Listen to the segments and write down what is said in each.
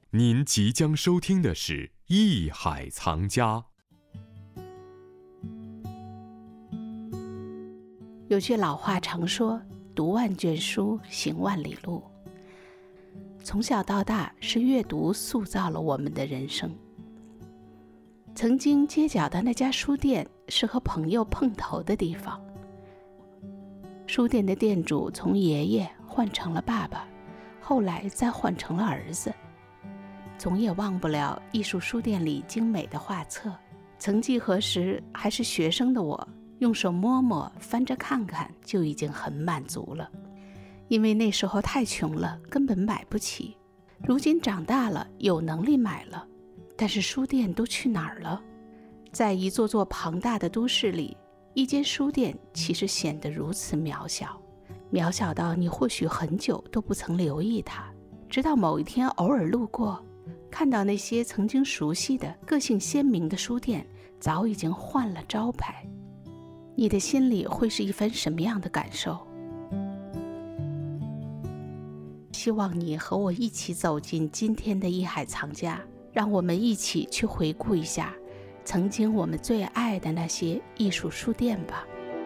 您即将收听的是《艺海藏家》。 有句老话常说，读万卷书，行万里路。从小到大，是阅读塑造了我们的人生。曾经街角的那家书店是和朋友碰头的地方。书店的店主从爷爷换成了爸爸，后来再换成了儿子。总也忘不了艺术书店里精美的画册。曾几何时，还是学生的我，用手摸摸，翻着看看，就已经很满足了。因为那时候太穷了，根本买不起。如今长大了，有能力买了，但是书店都去哪儿了？在一座座庞大的都市里，一间书店其实显得如此渺小，渺小到你或许很久都不曾留意它，直到某一天偶尔路过，看到那些曾经熟悉的个性鲜明的书店早已经换了招牌，你的心里会是一番什么样的感受？希望你和我一起走进今天的艺海藏家，让我们一起去回顾一下曾经我们最爱的那些艺术书店吧。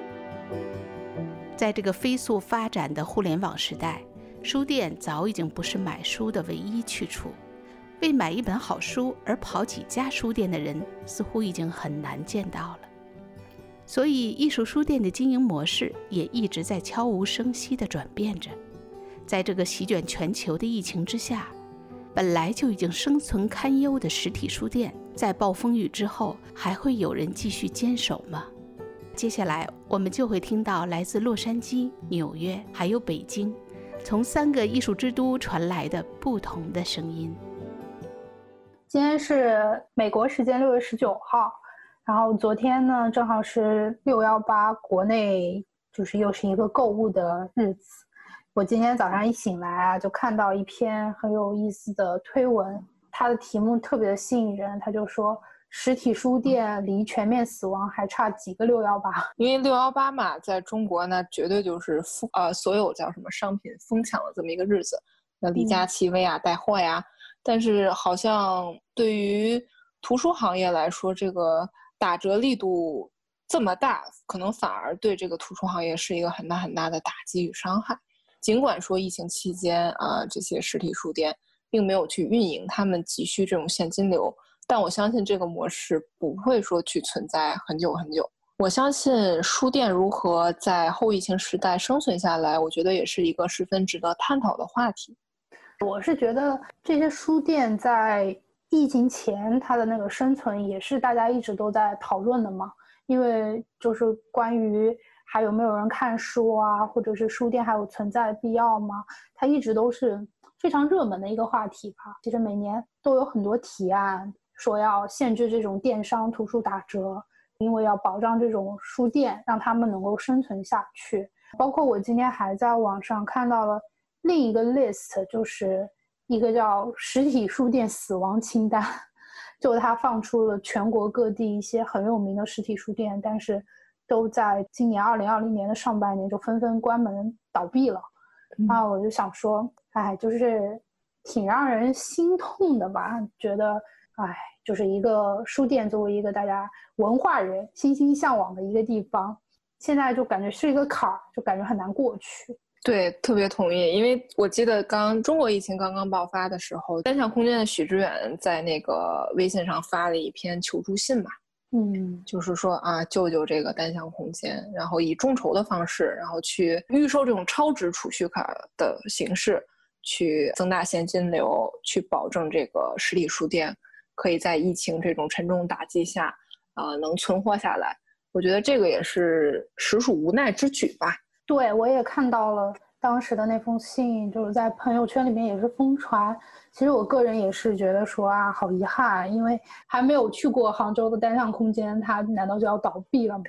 在这个飞速发展的互联网时代，书店早已经不是买书的唯一去处。为买一本好书而跑几家书店的人似乎已经很难见到了。所以艺术书店的经营模式也一直在悄无声息地转变着。在这个席卷全球的疫情之下，本来就已经生存堪忧的实体书店，在暴风雨之后，还会有人继续坚守吗？接下来我们就会听到来自洛杉矶、纽约还有北京，从3个艺术之都传来的不同的声音。 今天是美国时间6月19号，然后昨天呢正好是618，国内就是又是一个购物的日子。我今天早上一醒来啊，就看到一篇很有意思的推文，它的题目特别的吸引人，它就说实体书店离全面死亡还差几个618。 因为618嘛，在中国呢绝对就是所有叫什么商品疯抢的这么一个日子，那李佳琦、薇娅带货呀。但是好像对于图书行业来说，这个打折力度这么大，可能反而对这个图书行业是一个很大很大的打击与伤害。尽管说疫情期间这些实体书店并没有去运营他们急需这种现金流，但我相信这个模式不会说去存在很久很久。我相信书店如何在后疫情时代生存下来，我觉得也是一个十分值得探讨的话题。 我是觉得这些书店在疫情前它的那个生存也是大家一直都在讨论的嘛，因为就是关于还有没有人看书啊，或者是书店还有存在的必要吗，它一直都是非常热门的一个话题吧。其实每年都有很多提案说要限制这种电商图书打折，因为要保障这种书店让他们能够生存下去。包括我今天还在网上看到了另一个 list， 就是一个叫实体书店死亡清单，就它放出了全国各地一些很有名的实体书店，但是都在今年2020年的上半年就纷纷关门倒闭了。那我就想说，就是挺让人心痛的吧，觉得就是一个书店作为一个大家文化人心心向往的一个地方，现在就感觉是一个坎儿，就感觉很难过去。 对，特别同意。因为我记得中国疫情刚刚爆发的时候，单向空间的许知远在那个微信上发了一篇求助信吧，就是说救救这个单向空间，然后以众筹的方式，然后去预售这种超值储蓄卡的形式，去增大现金流，去保证这个实体书店可以在疫情这种沉重打击下能存活下来。我觉得这个也是实属无奈之举吧。 对，我也看到了当时的那封信，就是在朋友圈里面也是疯传。其实我个人也是觉得说好遗憾，因为还没有去过杭州的单向空间，它难道就要倒闭了吗？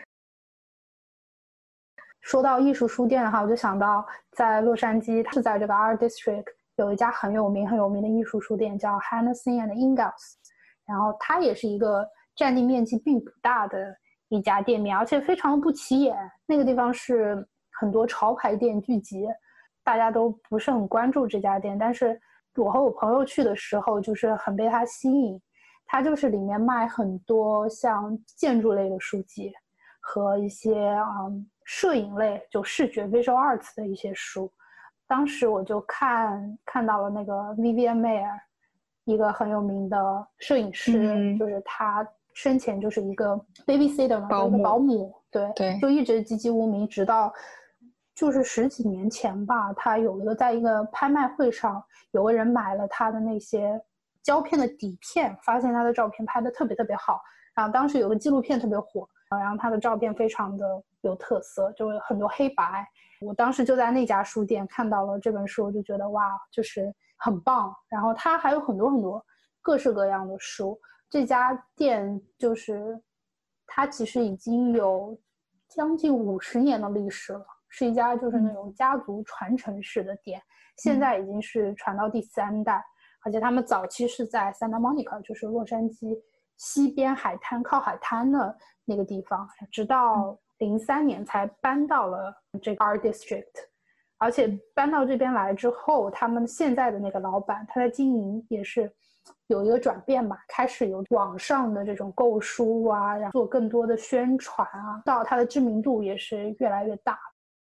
说到艺术书店的话，我就想到在洛杉矶，它是在这个 Art District 有一家很有名的艺术书店叫 Hennessy and Ingalls， 然后它也是一个占地面积并不大的一家店面，而且非常不起眼。那个地方是很多潮牌店聚集，大家都不是很关注这家店，但是我和我朋友去的时候，就是很被它吸引。它就是里面卖很多像建筑类的书籍和一些摄影类，就视觉 visual arts 的一些书。当时我就看到了那个 Vivian Maier， 一个很有名的摄影师，就是他生前就是一个 babysitter 嘛，一个保姆，对，就一直籍籍无名，直到就是10几年前吧，他在一个拍卖会上，有个人买了他的那些胶片的底片，发现他的照片拍得特别特别好，然后当时有个纪录片特别火，然后他的照片非常的有特色，就是很多黑白。我当时就在那家书店看到了这本书，我就觉得哇，就是很棒。然后它还有很多很多各式各样的书。这家店就是它其实已经有将近50年的历史了，是一家就是那种家族传承式的店，现在已经是传到第3代。而且他们早期是在 Santa Monica， 就是洛杉矶西边海滩靠海滩的那个地方，直到03年才搬到了这个 Art District。 而且搬到这边来之后，他们现在的那个老板他在经营也是有一个转变吧，开始有网上的这种购书啊，然后做更多的宣传啊，到他的知名度也是越来越大。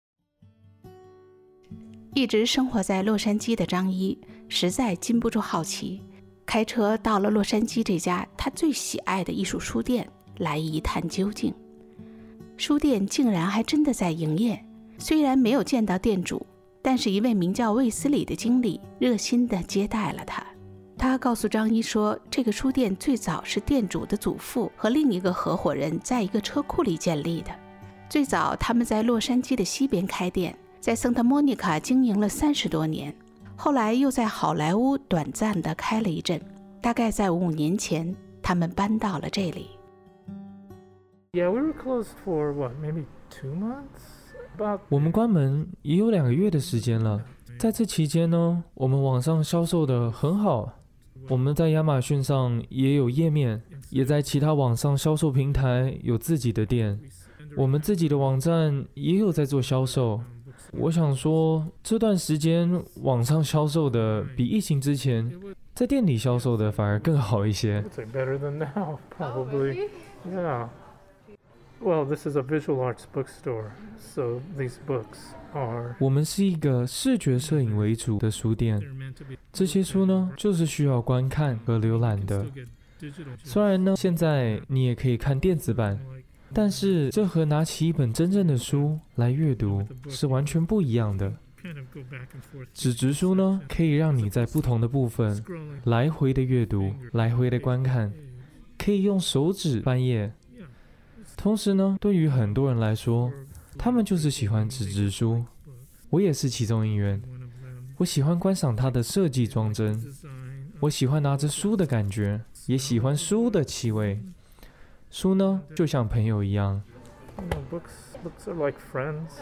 一直生活在洛杉矶的张一实在禁不住好奇，开车到了洛杉矶这家他最喜爱的艺术书店来一探究竟。书店竟然还真的在营业，虽然没有见到店主，但是一位名叫卫斯理的经理热心地接待了他。他告诉张一说，这个书店最早是店主的祖父和另一个合伙人在一个车库里建立的。最早他们在洛杉矶的西边开店，在圣塔莫妮卡经营了30多年，后来又在好莱坞短暂地开了一阵，大概在5年前他们搬到了这里。 Yeah, we were closed for what, maybe 2 months? 我们关门也有2个月的时间了。在这期间呢，我们网上销售的很好，我们在亚马逊上也有页面，也在其他网上销售平台有自己的店，我们自己的网站也有在做销售。我想说，这段时间网上销售的比疫情之前在店里销售的反而更好一些。 Better than now, probably. Yeah. Well, this is a visual arts bookstore, so these books are... 我们是一个视觉摄影为主的书店，这些书呢，就是需要观看和浏览的。虽然呢，现在你也可以看电子版，但是这和拿起一本真正的书来阅读是完全不一样的。纸质书呢，可以让你在不同的部分来回的阅读，来回的观看，可以用手指翻页。同时呢，对于很多人来说，他们就是喜欢纸质书，我也是其中一员。我喜欢观赏它的设计装帧，我喜欢拿着书的感觉，也喜欢书的气味。书呢，就像朋友一样。 Books are like friends.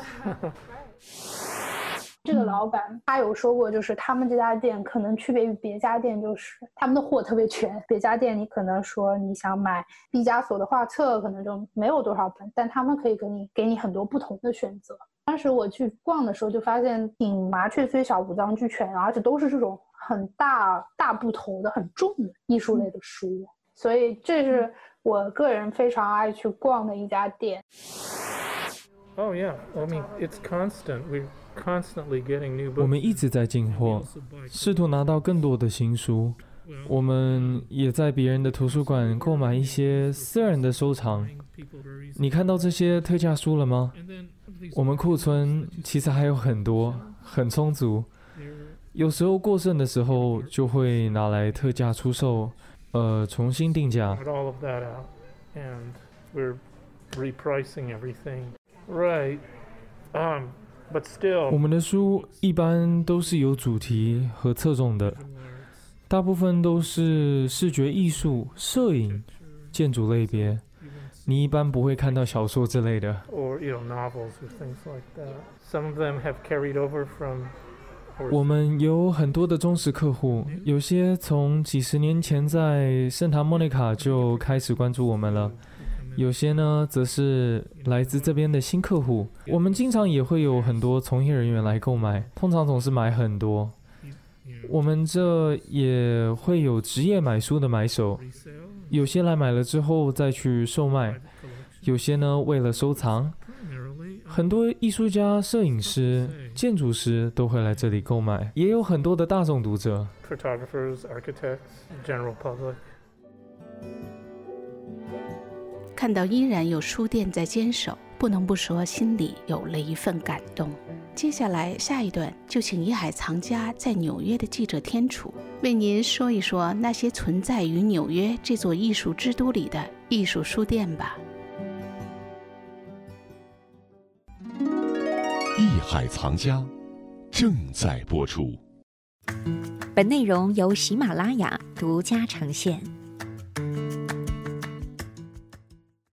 这个老板他有说过，就是他们这家店可能区别于别家店，就是他们的货特别全。别家店你可能说你想买毕加索的画册，可能就没有多少本，但他们可以给你很多不同的选择。当时我去逛的时候就发现挺麻雀虽小五脏俱全，而且都是这种很大部头的很重的艺术类的书，所以这是我个人非常爱去逛的一家店。 Oh yeah, I mean it's constant. We're constantly getting new books. 我们一直在进货，试图拿到更多的新书。我们也在别人的图书馆购买一些私人的收藏。你看到这些特价书了吗？我们库存其实还有很多，很充足。有时候过剩的时候就会拿来特价出售，重新定价。 All of that out, and we're repricing everything. Right. But still. 我们的书一般都是有主题和侧重的，大部分都是视觉艺术、摄影、建筑类别。你一般不会看到小说之类的。 Or novels or things like that. Some of them have carried over from. 我们有很多的忠实客户，有些从几10年前在圣塔莫妮卡就开始关注我们了。有些呢，则是来自这边的新客户。我们经常也会有很多从业人员来购买，通常总是买很多。 我们这也会有职业买书的买手，有些来买了之后再去售卖，有些呢为了收藏。很多艺术家、摄影师、建筑师都会来这里购买，也有很多的大众读者。 Photographers, architects, general public. 看到依然有书店在坚守，不能不说心里有了一份感动。接下来下一段就请一海藏家在纽约的记者天楚为您说一说那些存在于纽约这座艺术之都里的艺术书店吧。 艺海藏家正在播出。 本内容由喜马拉雅独家呈现。